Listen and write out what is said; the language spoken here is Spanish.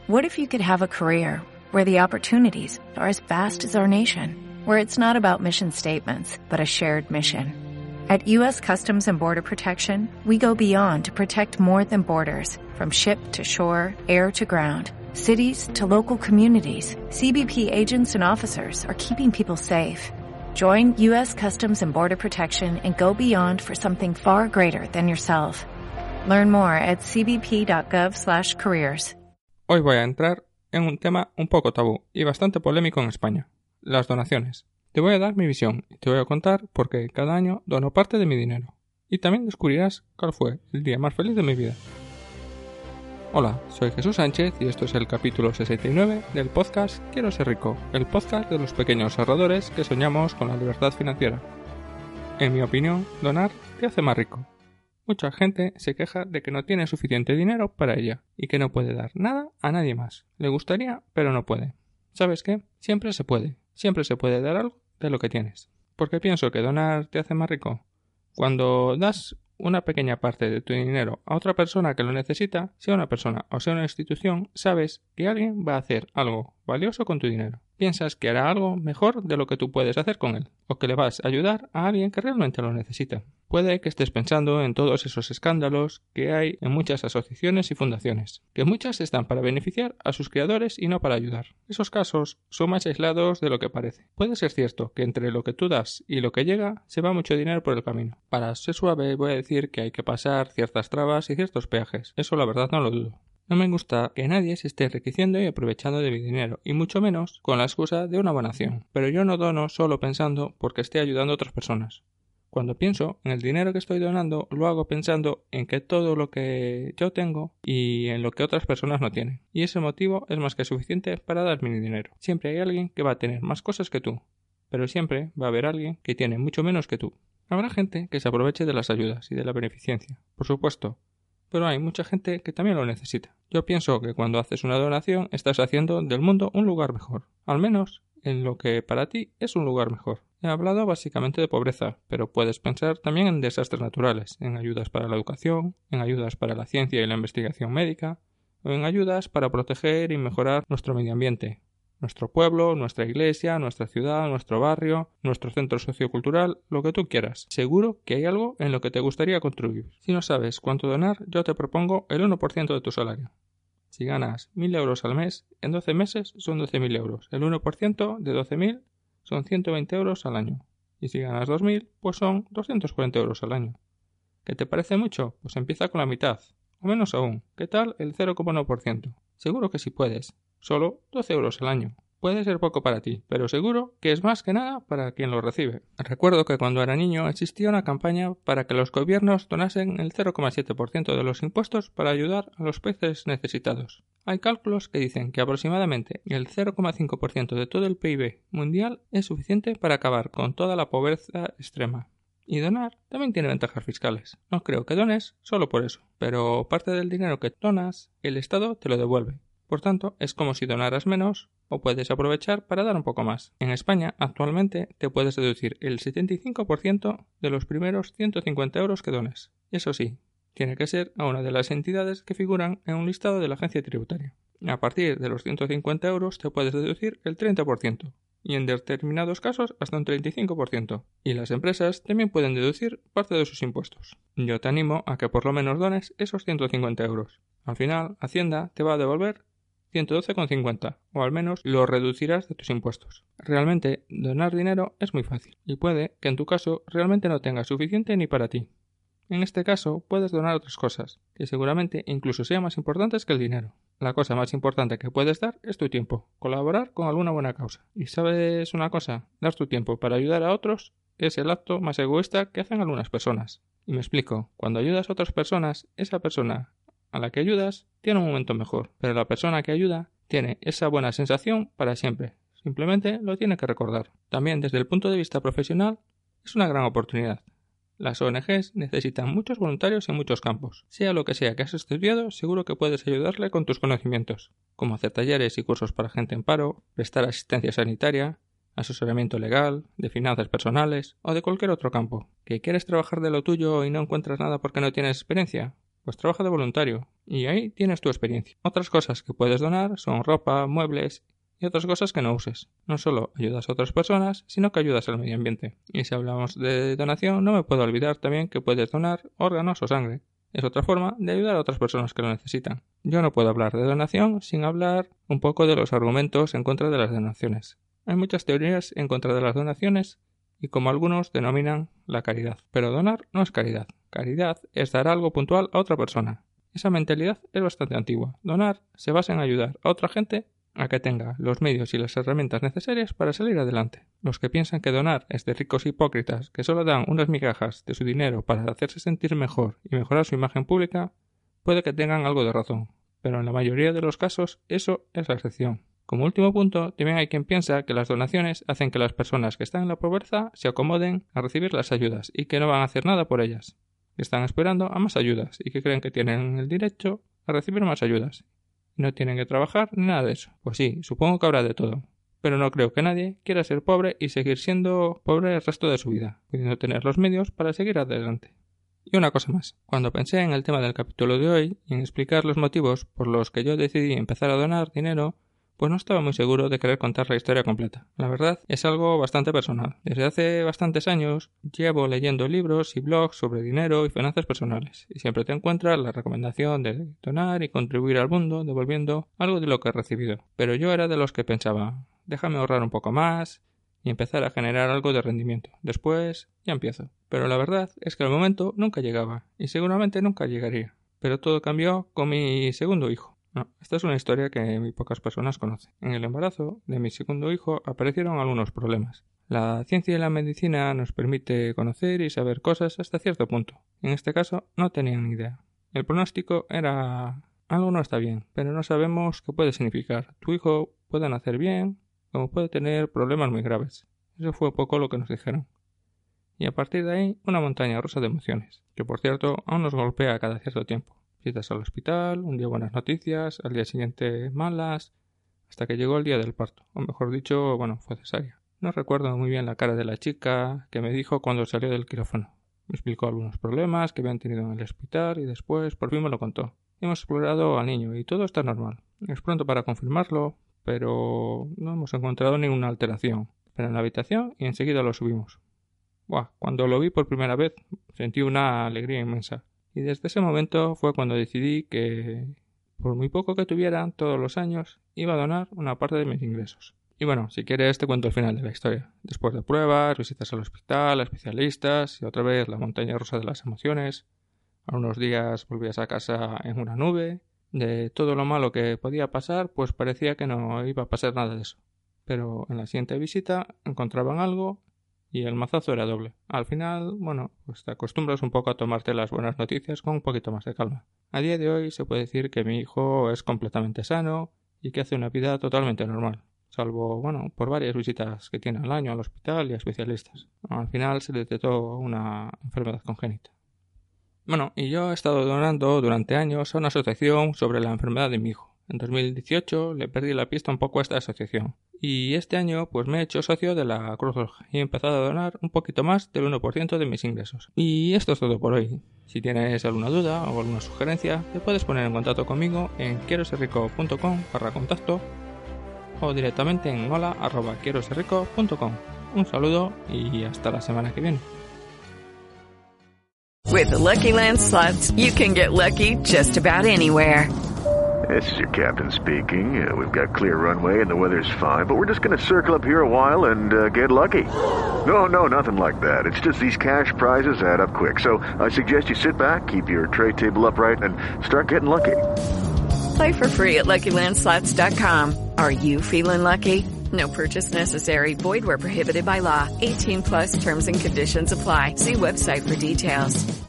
What if you could have a career where the opportunities are as vast as our nation, where it's not about mission statements, but a shared mission? At U.S. Customs and Border Protection, we go beyond to protect more than borders, from ship to shore, air to ground, cities to local communities. CBP agents and officers are keeping people safe. Join U.S. Customs and Border Protection and go beyond for something far greater than yourself. Learn more at cbp.gov/careers. Hoy voy a entrar en un tema un poco tabú y bastante polémico en España: las donaciones. Te voy a dar mi visión y te voy a contar por qué cada año dono parte de mi dinero. Y también descubrirás cuál fue el día más feliz de mi vida. Hola, soy Jesús Sánchez y esto es el capítulo 69 del podcast Quiero ser rico, el podcast de los pequeños ahorradores que soñamos con la libertad financiera. En mi opinión, donar te hace más rico. Mucha gente se queja de que no tiene suficiente dinero para ella y que no puede dar nada a nadie más. Le gustaría, pero no puede. ¿Sabes qué? Siempre se puede dar algo de lo que tienes. ¿Por qué pienso que donar te hace más rico? Cuando das una pequeña parte de tu dinero a otra persona que lo necesita, sea una persona o sea una institución, sabes que alguien va a hacer algo valioso con tu dinero. Piensas que hará algo mejor de lo que tú puedes hacer con él, o que le vas a ayudar a alguien que realmente lo necesita. Puede que estés pensando en todos esos escándalos que hay en muchas asociaciones y fundaciones, que muchas están para beneficiar a sus creadores y no para ayudar. Esos casos son más aislados de lo que parece. Puede ser cierto que entre lo que tú das y lo que llega se va mucho dinero por el camino. Para ser suave voy a decir que hay que pasar ciertas trabas y ciertos peajes. Eso la verdad no lo dudo. No me gusta que nadie se esté enriqueciendo y aprovechando de mi dinero, y mucho menos con la excusa de una buena acción. Pero yo no dono solo pensando porque esté ayudando a otras personas. Cuando pienso en el dinero que estoy donando, lo hago pensando en que todo lo que yo tengo y en lo que otras personas no tienen. Y ese motivo es más que suficiente para dar mi dinero. Siempre hay alguien que va a tener más cosas que tú, pero siempre va a haber alguien que tiene mucho menos que tú. Habrá gente que se aproveche de las ayudas y de la beneficencia, por supuesto, pero hay mucha gente que también lo necesita. Yo pienso que cuando haces una donación estás haciendo del mundo un lugar mejor, al menos en lo que para ti es un lugar mejor. He hablado básicamente de pobreza, pero puedes pensar también en desastres naturales, en ayudas para la educación, en ayudas para la ciencia y la investigación médica, o en ayudas para proteger y mejorar nuestro medio ambiente, nuestro pueblo, nuestra iglesia, nuestra ciudad, nuestro barrio, nuestro centro sociocultural, lo que tú quieras. Seguro que hay algo en lo que te gustaría contribuir. Si no sabes cuánto donar, yo te propongo el 1% de tu salario. Si ganas 1.000 euros al mes, en 12 meses son 12.000 euros. El 1% de 12.000 son 120 euros al año. Y si ganas 2.000, pues son 240 euros al año. ¿Qué te parece mucho? Pues empieza con la mitad. O menos aún. ¿Qué tal el 0,1%? Seguro que sí puedes. Solo 12 euros al año. Puede ser poco para ti, pero seguro que es más que nada para quien lo recibe. Recuerdo que cuando era niño existía una campaña para que los gobiernos donasen el 0,7% de los impuestos para ayudar a los países necesitados. Hay cálculos que dicen que aproximadamente el 0,5% de todo el PIB mundial es suficiente para acabar con toda la pobreza extrema. Y donar también tiene ventajas fiscales. No creo que dones solo por eso, pero parte del dinero que donas, el Estado te lo devuelve. Por tanto, es como si donaras menos o puedes aprovechar para dar un poco más. En España, actualmente, te puedes deducir el 75% de los primeros 150 euros que dones. Eso sí, tiene que ser a una de las entidades que figuran en un listado de la agencia tributaria. A partir de los 150 euros te puedes deducir el 30%. Y en determinados casos hasta un 35%. Y las empresas también pueden deducir parte de sus impuestos. Yo te animo a que por lo menos dones esos 150 euros. Al final, Hacienda te va a devolver 112,50, o al menos lo reducirás de tus impuestos. Realmente, donar dinero es muy fácil, y puede que en tu caso realmente no tengas suficiente ni para ti. En este caso, puedes donar otras cosas, que seguramente incluso sean más importantes que el dinero. La cosa más importante que puedes dar es tu tiempo, colaborar con alguna buena causa. ¿Y sabes una cosa? Dar tu tiempo para ayudar a otros es el acto más egoísta que hacen algunas personas. Y me explico, cuando ayudas a otras personas, esa persona a la que ayudas tiene un momento mejor, pero la persona que ayuda tiene esa buena sensación para siempre. Simplemente lo tiene que recordar. También desde el punto de vista profesional es una gran oportunidad. Las ONGs necesitan muchos voluntarios en muchos campos. Sea lo que sea que has estudiado, seguro que puedes ayudarle con tus conocimientos, como hacer talleres y cursos para gente en paro, prestar asistencia sanitaria, asesoramiento legal, de finanzas personales o de cualquier otro campo. ¿Que quieres trabajar de lo tuyo y no encuentras nada porque no tienes experiencia? Pues trabaja de voluntario y ahí tienes tu experiencia. Otras cosas que puedes donar son ropa, muebles y otras cosas que no uses. No solo ayudas a otras personas, sino que ayudas al medio ambiente. Y si hablamos de donación, no me puedo olvidar también que puedes donar órganos o sangre. Es otra forma de ayudar a otras personas que lo necesitan. Yo no puedo hablar de donación sin hablar un poco de los argumentos en contra de las donaciones. Hay muchas teorías en contra de las donaciones y como algunos denominan la caridad. Pero donar no es caridad. Caridad es dar algo puntual a otra persona. Esa mentalidad es bastante antigua. Donar se basa en ayudar a otra gente a que tenga los medios y las herramientas necesarias para salir adelante. Los que piensan que donar es de ricos hipócritas que solo dan unas migajas de su dinero para hacerse sentir mejor y mejorar su imagen pública, puede que tengan algo de razón, pero en la mayoría de los casos eso es la excepción. Como último punto, también hay quien piensa que las donaciones hacen que las personas que están en la pobreza se acomoden a recibir las ayudas y que no van a hacer nada por ellas, que están esperando a más ayudas y que creen que tienen el derecho a recibir más ayudas. No tienen que trabajar ni nada de eso. Pues sí, supongo que habrá de todo. Pero no creo que nadie quiera ser pobre y seguir siendo pobre el resto de su vida, pudiendo tener los medios para seguir adelante. Y una cosa más. Cuando pensé en el tema del capítulo de hoy y en explicar los motivos por los que yo decidí empezar a donar dinero, pues no estaba muy seguro de querer contar la historia completa. La verdad es algo bastante personal. Desde hace bastantes años llevo leyendo libros y blogs sobre dinero y finanzas personales, y siempre te encuentras la recomendación de donar y contribuir al mundo devolviendo algo de lo que he recibido. Pero yo era de los que pensaba, déjame ahorrar un poco más y empezar a generar algo de rendimiento. Después ya empiezo. Pero la verdad es que al momento nunca llegaba, y seguramente nunca llegaría. Pero todo cambió con mi segundo hijo. No, esta es una historia que muy pocas personas conocen. En el embarazo de mi segundo hijo aparecieron algunos problemas. La ciencia y la medicina nos permite conocer y saber cosas hasta cierto punto. En este caso no tenían ni idea. El pronóstico era: algo no está bien, pero no sabemos qué puede significar. Tu hijo puede nacer bien, como puede tener problemas muy graves. Eso fue poco lo que nos dijeron. Y a partir de ahí, una montaña rusa de emociones, que por cierto aún nos golpea cada cierto tiempo. Visitas al hospital, un día buenas noticias, al día siguiente malas, hasta que llegó el día del parto, o mejor dicho, fue cesárea. No recuerdo muy bien la cara de la chica que me dijo cuando salió del quirófano. Me explicó algunos problemas que habían tenido en el hospital y después por fin me lo contó. Hemos explorado al niño y todo está normal. Es pronto para confirmarlo, pero no hemos encontrado ninguna alteración. Pero en la habitación y enseguida lo subimos. Cuando lo vi por primera vez sentí una alegría inmensa. Y desde ese momento fue cuando decidí que, por muy poco que tuviera todos los años, iba a donar una parte de mis ingresos. Y si quieres te cuento el final de la historia. Después de pruebas, visitas al hospital, a especialistas y otra vez la montaña rusa de las emociones. Algunos días volvías a casa en una nube. De todo lo malo que podía pasar, pues parecía que no iba a pasar nada de eso. Pero en la siguiente visita encontraban algo y el mazazo era doble. Al final, pues te acostumbras un poco a tomarte las buenas noticias con un poquito más de calma. A día de hoy se puede decir que mi hijo es completamente sano y que hace una vida totalmente normal, salvo, por varias visitas que tiene al año al hospital y a especialistas. Al final se le detectó una enfermedad congénita. Y yo he estado donando durante años a una asociación sobre la enfermedad de mi hijo. En 2018 le perdí la pista un poco a esta asociación. Y este año pues me he hecho socio de la Cruz Roja y he empezado a donar un poquito más del 1% de mis ingresos. Y esto es todo por hoy. Si tienes alguna duda o alguna sugerencia, te puedes poner en contacto conmigo en quieroserrico.com/contacto o directamente en hola@quieroserrico.com. Un saludo y hasta la semana que viene. With the Lucky Land Slots, you can get lucky just about anywhere. This is your captain speaking. We've got clear runway and the weather's fine, but we're just going to circle up here a while and get lucky. No, nothing like that. It's just these cash prizes add up quick. So I suggest you sit back, keep your tray table upright, and start getting lucky. Play for free at LuckyLandSlots.com. Are you feeling lucky? No purchase necessary. Void where prohibited by law. 18+ terms and conditions apply. See website for details.